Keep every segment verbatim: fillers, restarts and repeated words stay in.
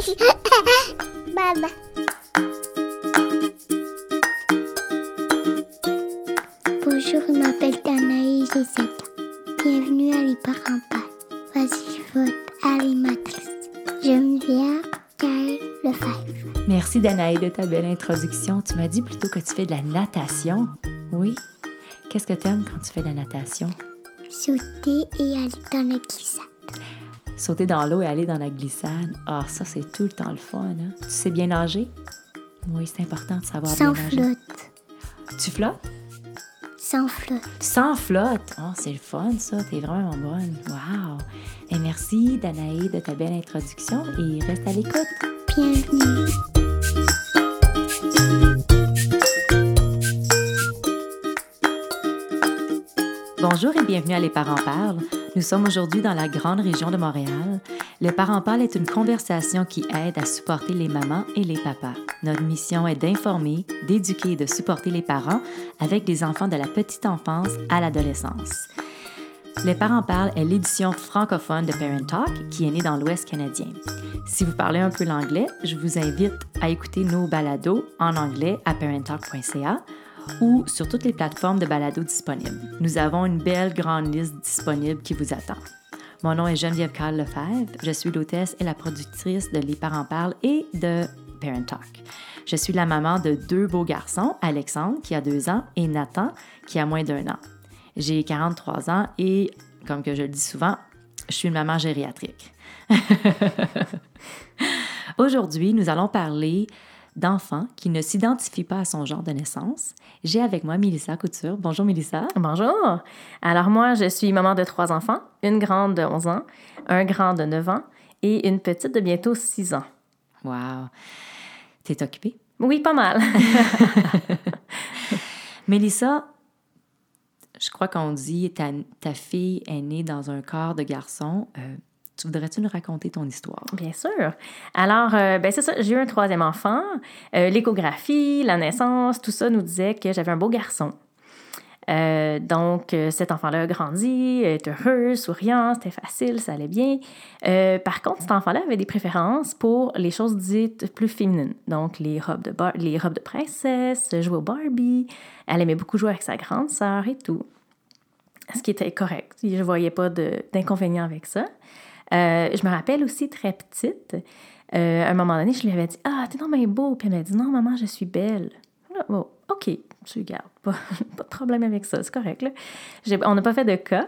Maman. Bonjour, je m'appelle Danaï, j'ai sept ans. Bienvenue à Les Parents Parlent. Voici votre animatrice, Geneviève Carl Lefebvre. Merci Danaï de ta belle introduction. Tu m'as dit plutôt que tu fais de la natation. Oui. Qu'est-ce que tu aimes quand tu fais de la natation? Sauter et aller dans la glissade. Sauter dans l'eau et aller dans la glissade. Ah, ça, c'est tout le temps le fun, hein? Tu sais bien nager? Oui, c'est important de savoir Sans bien nager. flotte. Tu flottes? Sans flotte. Sans flotte? Oh, c'est le fun, ça. T'es vraiment bonne. Wow! Et merci, Danaï, de ta belle introduction et reste à l'écoute. Bienvenue. Bonjour et bienvenue à Les Parents Parlent. Nous sommes aujourd'hui dans la grande région de Montréal. Les Parents Parlent est une conversation qui aide à supporter les mamans et les papas. Notre mission est d'informer, d'éduquer et de supporter les parents avec des enfants de la petite enfance à l'adolescence. Les Parents Parlent est l'édition francophone de Parent Talk qui est née dans l'Ouest canadien. Si vous parlez un peu l'anglais, je vous invite à écouter nos balados en anglais à parent talk point c a ou sur toutes les plateformes de balado disponibles. Nous avons une belle grande liste disponible qui vous attend. Mon nom est Geneviève Carl Lefebvre. Je suis l'hôtesse et la productrice de Les Parents Parlent et de Parent Talk. Je suis la maman de deux beaux garçons, Alexandre, qui a deux ans, et Nathan, qui a moins d'un an. J'ai quarante-trois ans et, comme que je le dis souvent, je suis une maman gériatrique. Aujourd'hui, nous allons parler d'enfants qui ne s'identifient pas à son genre de naissance. J'ai avec moi Mélissa Couture. Bonjour Mélissa. Bonjour. Alors moi, je suis maman de trois enfants, une grande de onze ans, un grand de neuf ans et une petite de bientôt six ans. Wow. T'es occupée? Oui, pas mal. Mélissa, je crois qu'on dit ta, ta fille est née dans un corps de garçon. Euh, Tu voudrais-tu nous raconter ton histoire? Bien sûr. Alors, euh, ben c'est ça, j'ai eu un troisième enfant. Euh, l'échographie, la naissance, tout ça nous disait que j'avais un beau garçon. Euh, donc, euh, cet enfant-là a grandi, est heureux, souriant, c'était facile, ça allait bien. Euh, par contre, cet enfant-là avait des préférences pour les choses dites plus féminines. Donc, les robes de, bar- les robes de princesse, jouer au Barbie. Elle aimait beaucoup jouer avec sa grande sœur et tout. Ce qui était correct. Je ne voyais pas de, d'inconvénient avec ça. Euh, je me rappelle aussi, très petite, euh, à un moment donné, je lui avais dit « Ah, t'es donc bien beau! » Puis elle m'a dit « Non, maman, je suis belle. » Là, bon, OK, tu gardes, pas, pas de problème avec ça, c'est correct. Là. J'ai, on n'a pas fait de cas.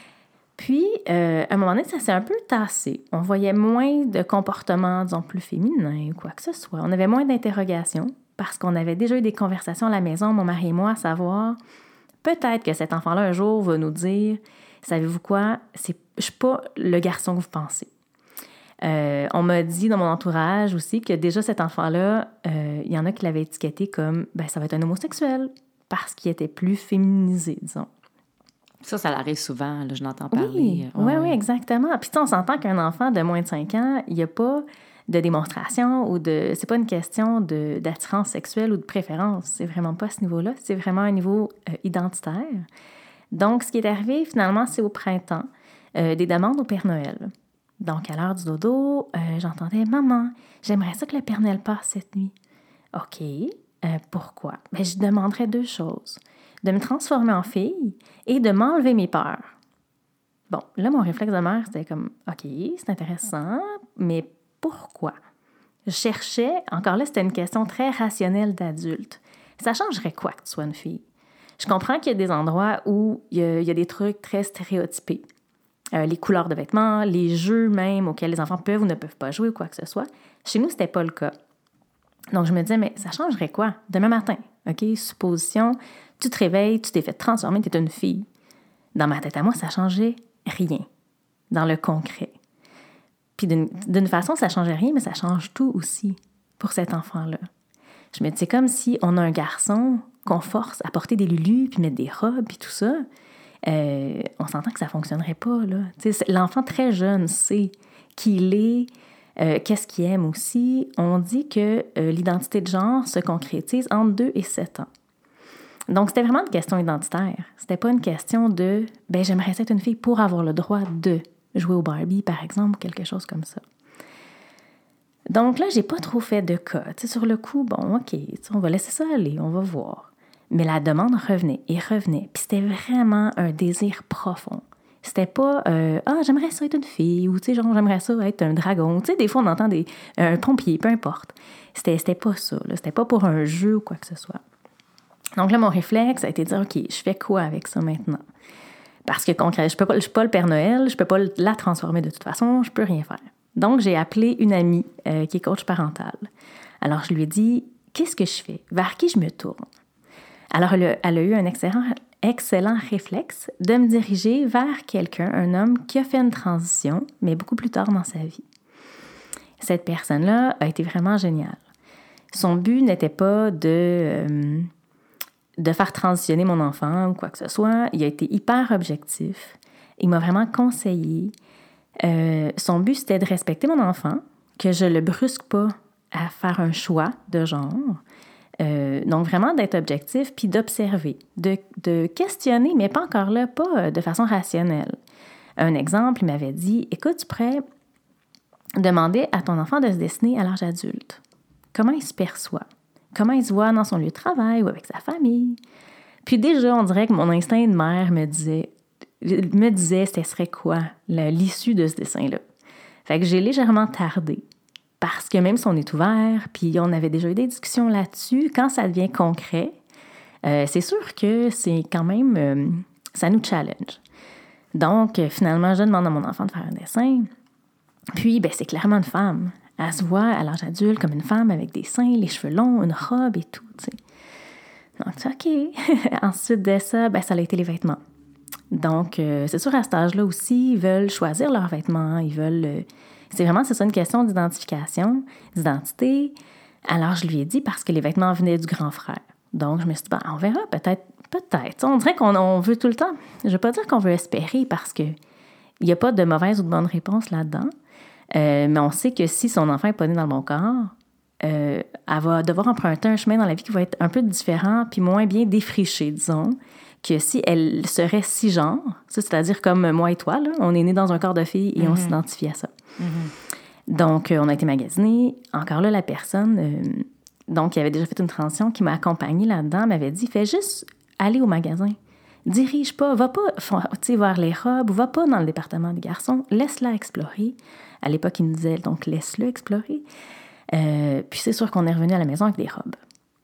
Puis, euh, à un moment donné, ça s'est un peu tassé. On voyait moins de comportements, disons, plus féminins ou quoi que ce soit. On avait moins d'interrogations parce qu'on avait déjà eu des conversations à la maison, mon mari et moi, à savoir peut-être que cet enfant-là, un jour, va nous dire « Savez-vous quoi? C'est Je ne suis pas le garçon que vous pensez. Euh, » On m'a dit dans mon entourage aussi que déjà cet enfant-là, euh, il y en a qui l'avaient étiqueté comme ben, « ça va être un homosexuel » parce qu'il était plus féminisé, disons. Ça, ça arrive souvent, là, je l'entends parler. Oui, oh, oui, oui, oui, exactement. Puis on s'entend qu'un enfant de moins de cinq ans, il n'y a pas de démonstration ou de... C'est pas une question de, d'attirance sexuelle ou de préférence. C'est vraiment pas à ce niveau-là. C'est vraiment un niveau euh, identitaire. Donc, ce qui est arrivé, finalement, c'est au printemps, euh, des demandes au Père Noël. Donc, à l'heure du dodo, euh, j'entendais « Maman, j'aimerais ça que le Père Noël passe cette nuit. » OK, euh, pourquoi? Bien, je demanderais deux choses. De me transformer en fille et de m'enlever mes peurs. Bon, là, mon réflexe de mère, c'était comme « OK, c'est intéressant, mais pourquoi? » Je cherchais, encore là, c'était une question très rationnelle d'adulte. Ça changerait quoi que tu sois une fille? Je comprends qu'il y a des endroits où il y a, il y a des trucs très stéréotypés. Euh, les couleurs de vêtements, les jeux même auxquels les enfants peuvent ou ne peuvent pas jouer ou quoi que ce soit. Chez nous, c'était pas le cas. Donc, je me disais, mais ça changerait quoi? Demain matin, OK? Supposition, tu te réveilles, tu t'es fait transformer, tu es une fille. Dans ma tête à moi, ça changeait rien dans le concret. Puis d'une, d'une façon, ça changeait rien, mais ça change tout aussi pour cet enfant-là. Je me dis, c'est comme si on a un garçon qu'on force à porter des lulus, puis mettre des robes, puis tout ça, euh, on s'entend que ça ne fonctionnerait pas, là. T'sais, l'enfant très jeune sait qui il est, euh, qu'est-ce qu'il aime aussi. On dit que euh, l'identité de genre se concrétise entre deux et sept ans. Donc, c'était vraiment une question identitaire. C'était pas une question de « ben j'aimerais être une fille pour avoir le droit de jouer au Barbie, par exemple, ou quelque chose comme ça. » Donc là, j'ai pas trop fait de cas. Tu sais, sur le coup, bon, OK, on va laisser ça aller, on va voir. Mais la demande revenait et revenait. Puis c'était vraiment un désir profond. C'était pas euh, « Ah, j'aimerais ça être une fille » ou tu sais, genre « J'aimerais ça être un dragon ». Tu sais, des fois, on entend des, un pompier, peu importe. C'était, c'était pas ça, là. C'était pas pour un jeu ou quoi que ce soit. Donc là, mon réflexe a été de dire « OK, je fais quoi avec ça maintenant? » Parce que concrètement, je peux pas, je suis pas le Père Noël, je peux pas la transformer de toute façon, je peux rien faire. Donc, j'ai appelé une amie euh, qui est coach parental. Alors, je lui ai dit « Qu'est-ce que je fais? Vers qui je me tourne? » Alors, elle a, elle a eu un excellent, excellent réflexe de me diriger vers quelqu'un, un homme qui a fait une transition, mais beaucoup plus tard dans sa vie. Cette personne-là a été vraiment géniale. Son but n'était pas de, euh, de faire transitionner mon enfant ou quoi que ce soit. Il a été hyper objectif. Il m'a vraiment conseillé. Euh, son but, c'était de respecter mon enfant, que je ne le brusque pas à faire un choix de genre. Euh, donc, vraiment d'être objectif, puis d'observer, de, de questionner, mais pas encore là, pas de façon rationnelle. Un exemple, il m'avait dit, « Écoute, tu pourrais demander à ton enfant de se dessiner à l'âge adulte. Comment il se perçoit? Comment il se voit dans son lieu de travail ou avec sa famille? » Puis déjà, on dirait que mon instinct de mère me disait, me disait ce serait quoi l'issue de ce dessin-là. Fait que j'ai légèrement tardé. Parce que même si on est ouvert, puis on avait déjà eu des discussions là-dessus, quand ça devient concret, euh, c'est sûr que c'est quand même... Euh, ça nous challenge. Donc, euh, finalement, je demande à mon enfant de faire un dessin. Puis, ben, c'est clairement une femme. Elle se voit à l'âge adulte comme une femme avec des seins, les cheveux longs, une robe et tout, tu sais. Donc, c'est OK. Ensuite de ça, ben, ça a été les vêtements. Donc, euh, c'est sûr, à cet âge-là aussi, ils veulent choisir leurs vêtements, ils veulent... Euh, c'est vraiment, c'est ça, une question d'identification, d'identité. Alors, je lui ai dit, parce que les vêtements venaient du grand frère. Donc, je me suis dit, ben, on verra, peut-être, peut-être. On dirait qu'on on veut tout le temps. Je ne veux pas dire qu'on veut espérer, parce qu'il n'y a pas de mauvaise ou de bonne réponse là-dedans. Euh, mais on sait que si son enfant n'est pas né dans le bon corps, euh, elle va devoir emprunter un chemin dans la vie qui va être un peu différent, puis moins bien défriché, disons, que si elle serait cisgenre, c'est-à-dire comme moi et toi, là, on est né dans un corps de fille et mm-hmm. on s'identifie à ça. Mm-hmm. Donc, euh, on a été magasinés. Encore là, la personne, euh, donc, qui avait déjà fait une transition, qui m'a accompagnée là-dedans, m'avait dit, fais juste aller au magasin. Dirige pas, va pas tu sais, vers les robes, va pas dans le département des garçons, laisse-la explorer. À l'époque, il me disait, donc, laisse-le explorer. Euh, puis, c'est sûr qu'on est revenu à la maison avec des robes.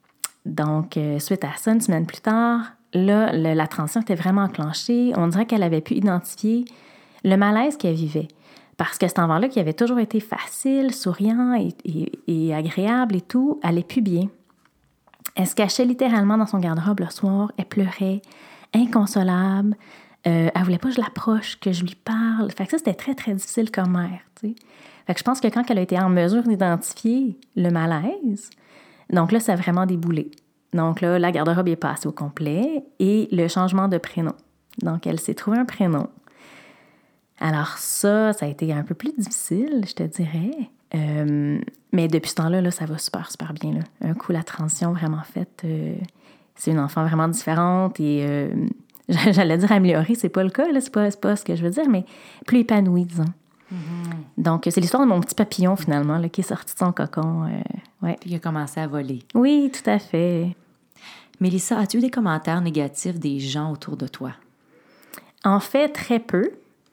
Donc, euh, suite à ça, une semaine plus tard, là, le, la transition était vraiment enclenchée. On dirait qu'elle avait pu identifier le malaise qu'elle vivait. Parce que cet enfant-là, qui avait toujours été facile, souriant et, et, et agréable et tout, allait plus bien. Elle se cachait littéralement dans son garde-robe le soir. Elle pleurait, inconsolable. Euh, elle voulait pas que je l'approche, que je lui parle. Fait que ça, c'était très, très difficile comme mère, tu sais. Fait que je pense que quand elle a été en mesure d'identifier le malaise, donc là, ça a vraiment déboulé. Donc là, la garde-robe est passée au complet et le changement de prénom. Donc, elle s'est trouvée un prénom. Alors ça, ça a été un peu plus difficile, je te dirais. Euh, mais depuis ce temps-là, là, ça va super, super bien. Là. Un coup, la transition vraiment faite, euh, c'est une enfant vraiment différente et, euh, j'allais dire améliorée, c'est pas le cas, là, c'est pas, c'est pas ce que je veux dire, mais plus épanouie, disons. Mm-hmm. Donc, c'est l'histoire de mon petit papillon, finalement, là, qui est sorti de son cocon. Euh, ouais. Puis qui a commencé à voler. Oui, tout à fait. Mélissa, as-tu eu des commentaires négatifs des gens autour de toi? En fait, très peu.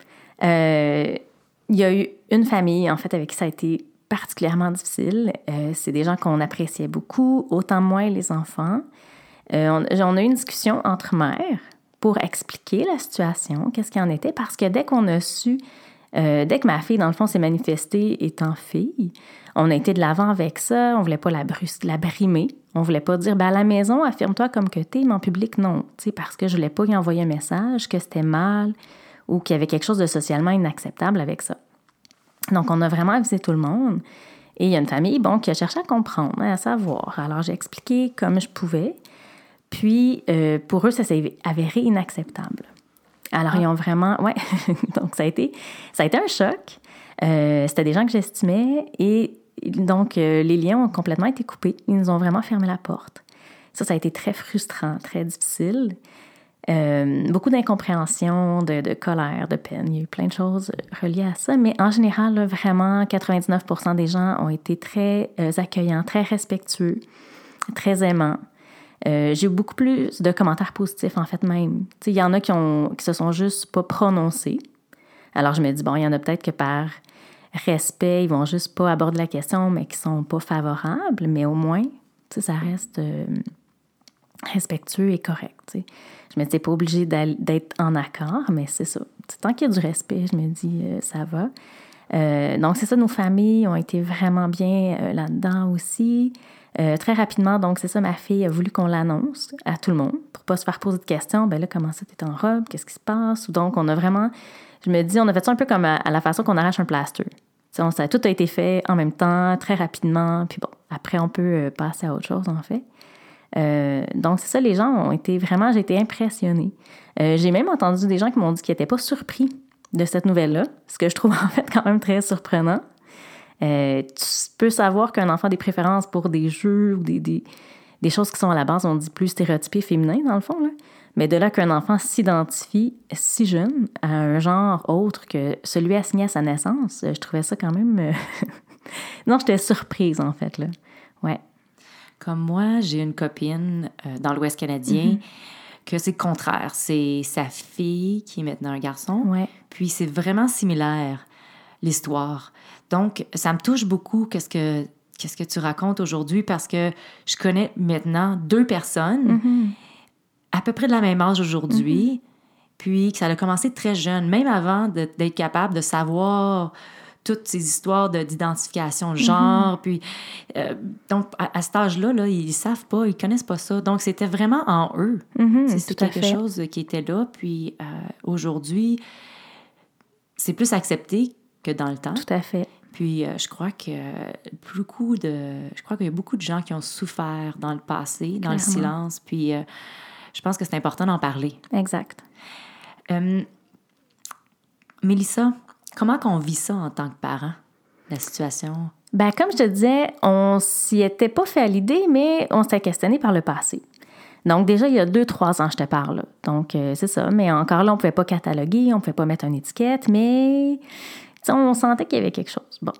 Euh, il y a eu une famille, en fait, avec qui ça a été particulièrement difficile. Euh, c'est des gens qu'on appréciait beaucoup, autant moi et les enfants. Euh, on, on a eu une discussion entre mères pour expliquer la situation, qu'est-ce qu'il en était, parce que dès qu'on a su, euh, dès que ma fille, dans le fond, s'est manifestée étant fille, on a été de l'avant avec ça, on voulait pas la, brusque, la brimer, on voulait pas dire, ben à la maison, affirme-toi comme que t'es, mais en public, non, tu sais, parce que je voulais pas y envoyer un message que c'était mal, ou qu'il y avait quelque chose de socialement inacceptable avec ça. Donc, on a vraiment avisé tout le monde. Et il y a une famille, bon, qui a cherché à comprendre, à savoir. Alors, j'ai expliqué comme je pouvais. Puis, euh, pour eux, ça s'est avéré inacceptable. Alors, ah. ils ont vraiment... Ouais, donc ça a été, ça a été un choc. Euh, c'était des gens que j'estimais. Et donc, euh, les liens ont complètement été coupés. Ils nous ont vraiment fermé la porte. Ça, ça a été très frustrant, très difficile. Euh, beaucoup d'incompréhension, de, de colère, de peine. Il y a eu plein de choses reliées à ça. Mais en général, là, vraiment, quatre-vingt-dix-neuf pour cent des gens ont été très euh, accueillants, très respectueux, très aimants. Euh, j'ai eu beaucoup plus de commentaires positifs, en fait, même. Il y en a qui, ont, qui se sont juste pas prononcés. Alors, je me dis, bon, il y en a peut-être que par respect, ils vont juste pas aborder la question, mais qui sont pas favorables. Mais au moins, ça reste euh, respectueux et correct, t'sais. Je me dis, t'es pas obligé d'être en accord, mais c'est ça. T'sais, tant qu'il y a du respect, je me dis, euh, ça va. Euh, donc, c'est ça, nos familles ont été vraiment bien euh, là-dedans aussi. Euh, très rapidement, donc, c'est ça, ma fille a voulu qu'on l'annonce à tout le monde pour pas se faire poser de questions. Ben là, comment ça, t'es en robe? Qu'est-ce qui se passe? Donc, on a vraiment, je me dis, on a fait ça un peu comme à, à la façon qu'on arrache un plaster. T'sais, on, ça, tout a été fait en même temps, très rapidement. Puis bon, après, on peut euh, passer à autre chose, en fait. Euh, donc, c'est ça, les gens ont été vraiment, j'ai été impressionnée. Euh, j'ai même entendu des gens qui m'ont dit qu'ils n'étaient pas surpris de cette nouvelle-là, ce que je trouve en fait quand même très surprenant. Euh, tu peux savoir qu'un enfant a des préférences pour des jeux ou des, des, des choses qui sont à la base, on dit plus stéréotypées féminins, dans le fond, là. Mais de là qu'un enfant s'identifie si jeune à un genre autre que celui assigné à sa naissance, je trouvais ça quand même... Euh... non, j'étais surprise, en fait, là. Ouais. Comme moi, j'ai une copine euh, dans l'Ouest canadien mm-hmm. que c'est le contraire. C'est sa fille qui est maintenant un garçon. Ouais. Puis c'est vraiment similaire, l'histoire. Donc, ça me touche beaucoup qu'est-ce que, qu'est-ce que tu racontes aujourd'hui parce que je connais maintenant deux personnes mm-hmm. à peu près de la même âge aujourd'hui, mm-hmm. puis que ça a commencé très jeune, même avant de, d'être capable de savoir toutes ces histoires de, d'identification de genre. Mm-hmm. Puis, euh, donc, à, à cet âge-là, là, ils ne savent pas, ils ne connaissent pas ça. Donc, c'était vraiment en eux. Mm-hmm, c'est, c'est quelque chose qui était là. Puis, euh, aujourd'hui, c'est plus accepté que dans le temps. Tout à fait. Puis, euh, je crois que beaucoup de... Je crois qu'il y a beaucoup de gens qui ont souffert dans le passé, dans Clairement. le silence. Puis, euh, je pense que c'est important d'en parler. Exact. Euh, Mélissa, comment qu'on vit ça en tant que parent, la situation? Ben, comme je te disais, on s'y était pas fait à l'idée, mais on s'était questionné par le passé. Donc, déjà, il y a deux, trois ans, je te parle. Donc, euh, c'est ça. Mais encore là, on ne pouvait pas cataloguer, on ne pouvait pas mettre une étiquette, mais on sentait qu'il y avait quelque chose. Bon.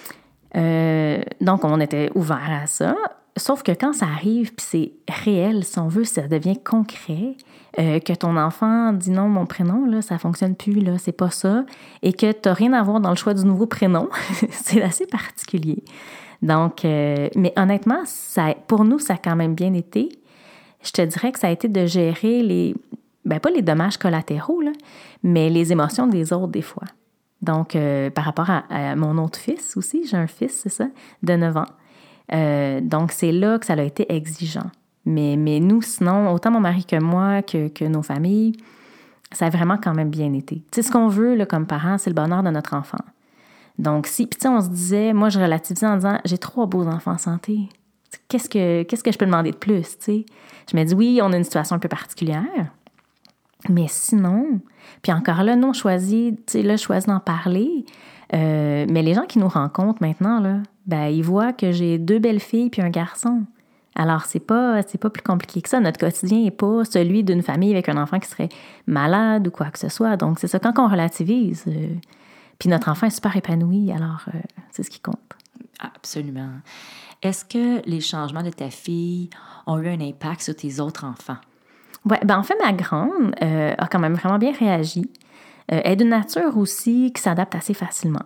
Euh, donc, on était ouvert à ça. Sauf que quand ça arrive, puis c'est réel, si on veut, ça devient concret, euh, que ton enfant dit non, mon prénom, là, ça fonctionne plus, là, c'est pas ça, et que tu n'as rien à voir dans le choix du nouveau prénom, c'est assez particulier. Donc, euh, mais honnêtement, ça, pour nous, ça a quand même bien été. Je te dirais que ça a été de gérer les, ben pas les dommages collatéraux, là, mais les émotions des autres des fois. Donc, euh, par rapport à, à mon autre fils aussi, j'ai un fils, c'est ça, de neuf ans. Euh, donc, c'est là que ça a été exigeant. Mais, mais nous, sinon, autant mon mari que moi, que, que nos familles, ça a vraiment quand même bien été. Tu sais, ce qu'on veut là, comme parents, c'est le bonheur de notre enfant. Donc, si, puis tu sais, on se disait, moi, je relativisais en disant, j'ai trois beaux enfants en santé. Qu'est-ce que, qu'est-ce que je peux demander de plus, tu sais? Je me dis, oui, on a une situation un peu particulière, mais sinon, puis encore là, nous, on choisit, tu sais, là, je choisis d'en parler, euh, mais les gens qui nous rencontrent maintenant, là, ben, ils voient que j'ai deux belles filles puis un garçon. Alors, c'est pas, c'est pas plus compliqué que ça. Notre quotidien n'est pas celui d'une famille avec un enfant qui serait malade ou quoi que ce soit. Donc, c'est ça, quand on relativise, euh, puis notre enfant est super épanoui, alors euh, c'est ce qui compte. Absolument. Est-ce que les changements de ta fille ont eu un impact sur tes autres enfants? Oui, ben en fait, ma grande euh, a quand même vraiment bien réagi. Euh, elle est d'une nature aussi qui s'adapte assez facilement.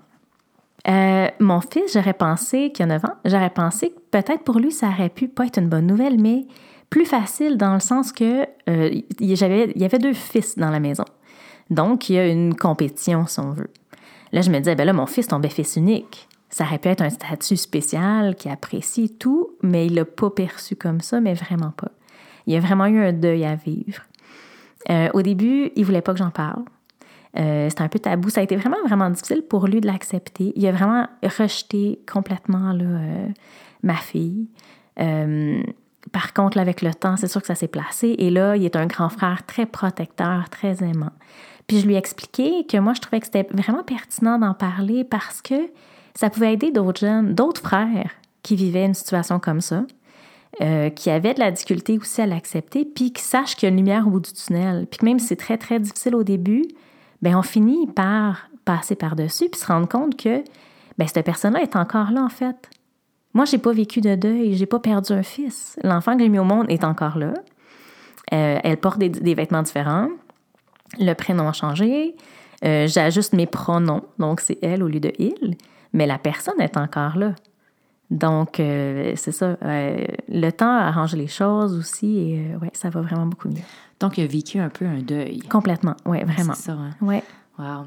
Euh, mon fils, j'aurais pensé, qui a neuf ans, j'aurais pensé que peut-être pour lui, ça aurait pu pas être une bonne nouvelle, mais plus facile dans le sens que euh, j'avais, il y avait deux fils dans la maison. Donc, il y a une compétition, si on veut. Là, je me disais, ben là, mon fils tombait fils unique. Ça aurait pu être un statut spécial qui apprécie tout, mais il l'a pas perçu comme ça, mais vraiment pas. Il y a vraiment eu un deuil à vivre. Euh, au début, il voulait pas que j'en parle. Euh, c'était un peu tabou. Ça a été vraiment, vraiment difficile pour lui de l'accepter. Il a vraiment rejeté complètement là, euh, ma fille. Euh, par contre, là, avec le temps, c'est sûr que ça s'est placé. Et là, il est un grand frère très protecteur, très aimant. Puis je lui ai expliqué que moi, je trouvais que c'était vraiment pertinent d'en parler parce que ça pouvait aider d'autres jeunes, d'autres frères qui vivaient une situation comme ça. euh, qui avaient de la difficulté aussi à l'accepter, puis qui sachent qu'il y a une lumière au bout du tunnel. Puis que même si c'est très, très difficile au début, bien, on finit par passer par-dessus puis se rendre compte que bien, cette personne-là est encore là, en fait. Moi, j'ai pas vécu de deuil, j'ai pas perdu un fils. L'enfant que j'ai mis au monde est encore là. Euh, elle porte des, des vêtements différents. Le prénom a changé. Euh, j'ajuste mes pronoms, donc c'est elle au lieu de il. Mais la personne est encore là. Donc, euh, c'est ça. Euh, le temps arrange les choses aussi et euh, ouais, ça va vraiment beaucoup mieux. Donc, il a vécu un peu un deuil. Complètement, oui, vraiment. C'est ça, hein? Oui. Wow.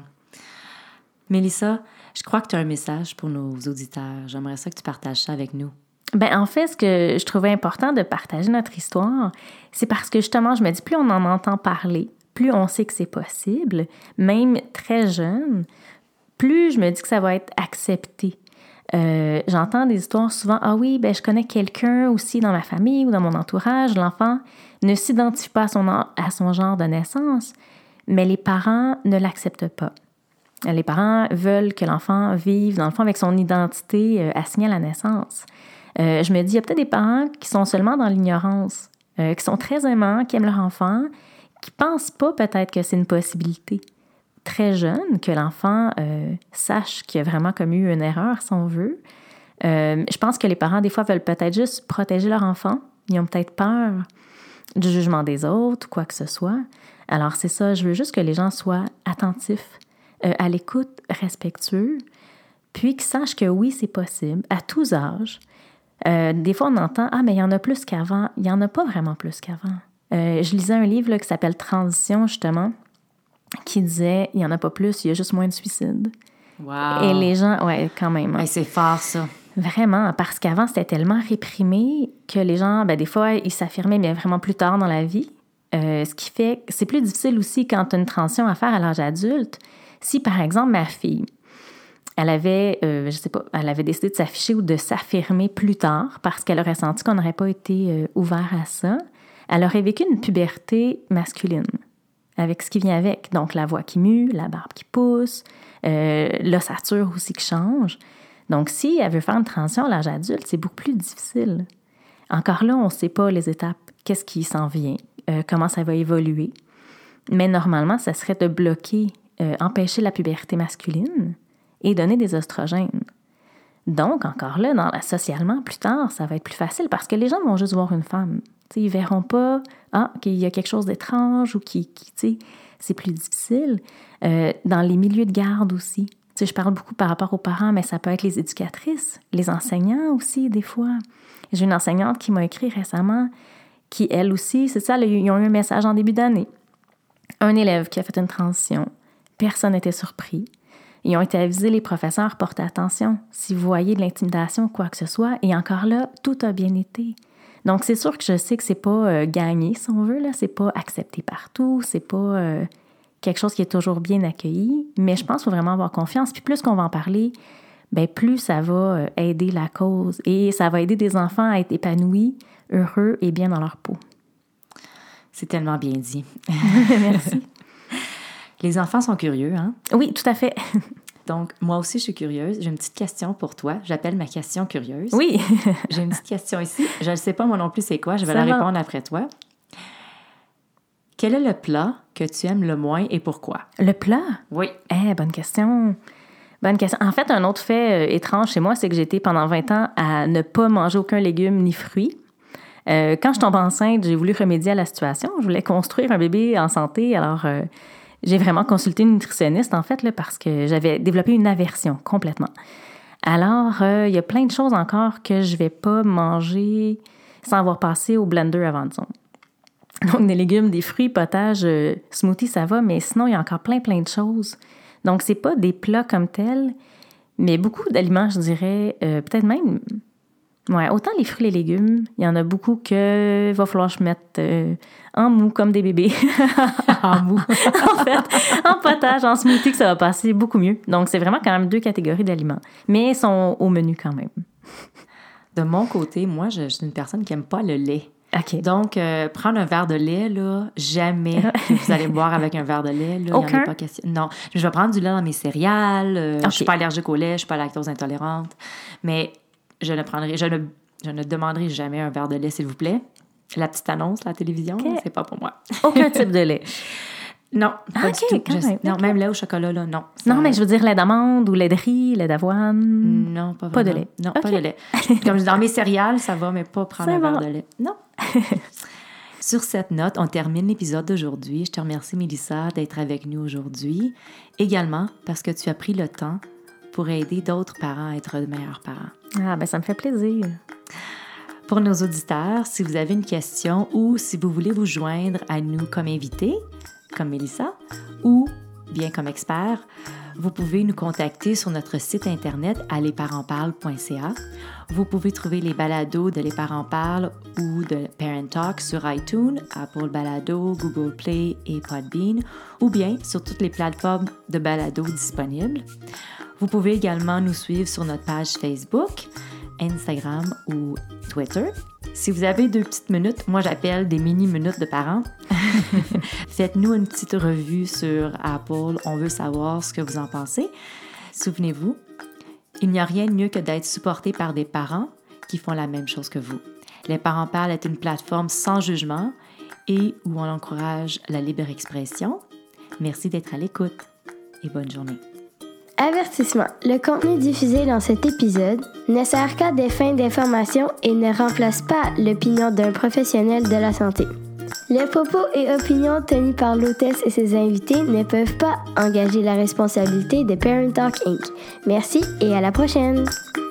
Mélissa, je crois que tu as un message pour nos auditeurs. J'aimerais ça que tu partages ça avec nous. Bien, en fait, ce que je trouvais important de partager notre histoire, c'est parce que justement, je me dis, plus on en entend parler, plus on sait que c'est possible, même très jeune, plus je me dis que ça va être accepté. Euh, j'entends des histoires souvent, ah oui, ben je connais quelqu'un aussi dans ma famille ou dans mon entourage, l'enfant ne s'identifie pas à son, à son genre de naissance, mais les parents ne l'acceptent pas. Les parents veulent que l'enfant vive, dans le fond, avec son identité euh, assignée à la naissance. Euh, je me dis, il y a peut-être des parents qui sont seulement dans l'ignorance, euh, qui sont très aimants, qui aiment leur enfant, qui ne pensent pas peut-être que c'est une possibilité. Très jeune, que l'enfant euh, sache qu'il y a vraiment commis une erreur, si on veut. Euh, je pense que les parents, des fois, veulent peut-être juste protéger leur enfant. Ils ont peut-être peur du jugement des autres ou quoi que ce soit. Alors, c'est ça, je veux juste que les gens soient attentifs, euh, à l'écoute, respectueux, puis qu'ils sachent que oui, c'est possible, à tous âges. Euh, des fois, on entend « Ah, mais il y en a plus qu'avant. » Il n'y en a pas vraiment plus qu'avant. Euh, je lisais un livre là, qui s'appelle « Transition », justement, qui disait « Il n'y en a pas plus, il y a juste moins de suicides. » Wow! Et les gens, ouais, quand même. Hein. Hey, c'est fort, ça. Vraiment, parce qu'avant, c'était tellement réprimé que les gens, ben, des fois, ils s'affirmaient, mais vraiment plus tard dans la vie. Euh, ce qui fait que c'est plus difficile aussi quand tu as une transition à faire à l'âge adulte. Si, par exemple, ma fille, elle avait, euh, je sais pas, elle avait décidé de s'afficher ou de s'affirmer plus tard parce qu'elle aurait senti qu'on n'aurait pas été euh, ouvert à ça, elle aurait vécu une puberté masculine avec ce qui vient avec. Donc, la voix qui mue, la barbe qui pousse, euh, l'ossature aussi qui change. Donc, si elle veut faire une transition à l'âge adulte, c'est beaucoup plus difficile. Encore là, on ne sait pas les étapes, qu'est-ce qui s'en vient, euh, comment ça va évoluer. Mais normalement, ça serait de bloquer, euh, empêcher la puberté masculine et donner des oestrogènes. Donc, encore là, dans, socialement, plus tard, ça va être plus facile parce que les gens vont juste voir une femme. T'sais, ils ne verront pas ah, qu'il y a quelque chose d'étrange ou qui, qui tu sais, c'est plus difficile. Euh, dans les milieux de garde aussi. T'sais, je parle beaucoup par rapport aux parents, mais ça peut être les éducatrices, les enseignants aussi, des fois. J'ai une enseignante qui m'a écrit récemment, qui, elle aussi, c'est ça, ils ont eu un message en début d'année. Un élève qui a fait une transition. Personne n'était surpris. Ils ont été avisés, les professeurs, portez attention. Si vous voyez de l'intimidation ou quoi que ce soit, et encore là, tout a bien été. Donc, c'est sûr que je sais que c'est pas euh, gagné, si on veut, là. C'est pas accepté partout, c'est pas euh, quelque chose qui est toujours bien accueilli, mais je pense qu'il faut vraiment avoir confiance. Puis plus qu'on va en parler, bien, plus ça va euh, aider la cause et ça va aider des enfants à être épanouis, heureux et bien dans leur peau. C'est tellement bien dit. Merci. Les enfants sont curieux, hein? Oui, tout à fait. Donc, moi aussi, je suis curieuse. J'ai une petite question pour toi. J'appelle ma question curieuse. Oui. J'ai une petite question ici. Je ne sais pas moi non plus c'est quoi. Je vais Ça la va. répondre après toi. Quel est le plat que tu aimes le moins et pourquoi? Le plat? Oui. Eh, bonne question. Bonne question. En fait, un autre fait euh, étrange chez moi, c'est que j'ai été pendant vingt ans à ne pas manger aucun légume ni fruit. Euh, quand je tombe enceinte, j'ai voulu remédier à la situation. Je voulais construire un bébé en santé. Alors, euh, j'ai vraiment consulté une nutritionniste, en fait, là, parce que j'avais développé une aversion complètement. Alors, euh, il y a plein de choses encore que je vais pas manger sans avoir passé au blender avant de ça. Donc, des légumes, des fruits, potage, euh, smoothie, ça va, mais sinon, il y a encore plein, plein de choses. Donc, c'est pas des plats comme tels, mais beaucoup d'aliments, je dirais, euh, peut-être même... Ouais, autant les fruits et les légumes, il y en a beaucoup que il va falloir que je mette euh, en mou, comme des bébés. En mou. En fait, en potage, en smoothie, que ça va passer beaucoup mieux. Donc, c'est vraiment quand même deux catégories d'aliments, mais ils sont au menu quand même. De mon côté, moi, je, je suis une personne qui n'aime pas le lait. OK. Donc, euh, prendre un verre de lait, là, jamais que vous allez boire avec un verre de lait. Là, Aucun? Il y en a pas question. Non, je vais prendre du lait dans mes céréales. Euh, OK. Je ne suis pas allergique au lait, je ne suis pas lactose intolérante. Mais je ne prendrai, je ne Je ne demanderai jamais un verre de lait, s'il vous plaît. La petite annonce à la télévision, okay. c'est pas pour moi. Aucun type de lait. Non, pas okay, du tout. Quand Je, même, non, okay. même lait au chocolat, là, non. Ça... Non, mais je veux dire lait d'amande ou lait de riz, lait d'avoine. Non, pas vraiment. Pas de lait. Non, okay. pas de lait. Comme dans mes céréales, ça va, mais pas prendre c'est un bon. verre de lait. Non. Sur cette note, on termine l'épisode d'aujourd'hui. Je te remercie, Mélissa, d'être avec nous aujourd'hui. Également parce que tu as pris le temps pour aider d'autres parents à être de meilleurs parents. Ah, ben ça me fait plaisir. Pour nos auditeurs, si vous avez une question ou si vous voulez vous joindre à nous comme invité, comme Mélissa, ou bien comme expert, vous pouvez nous contacter sur notre site internet à les parents parlent point c a. Vous pouvez trouver les balados de Les Parents Parlent ou de Parent Talk sur iTunes, Apple Balado, Google Play et Podbean, ou bien sur toutes les plateformes de balados disponibles. Vous pouvez également nous suivre sur notre page Facebook, Instagram ou Twitter. Si vous avez deux petites minutes, moi j'appelle des mini-minutes de parents, faites-nous une petite revue sur Apple. On veut savoir ce que vous en pensez. Souvenez-vous, il n'y a rien de mieux que d'être supporté par des parents qui font la même chose que vous. Les Parents Parlent est une plateforme sans jugement et où on encourage la libre expression. Merci d'être à l'écoute et bonne journée. Avertissement. Le contenu diffusé dans cet épisode ne sert qu'à des fins d'information et ne remplace pas l'opinion d'un professionnel de la santé. Les propos et opinions tenus par l'hôtesse et ses invités ne peuvent pas engager la responsabilité de Parent Talk Incorporated. Merci et à la prochaine!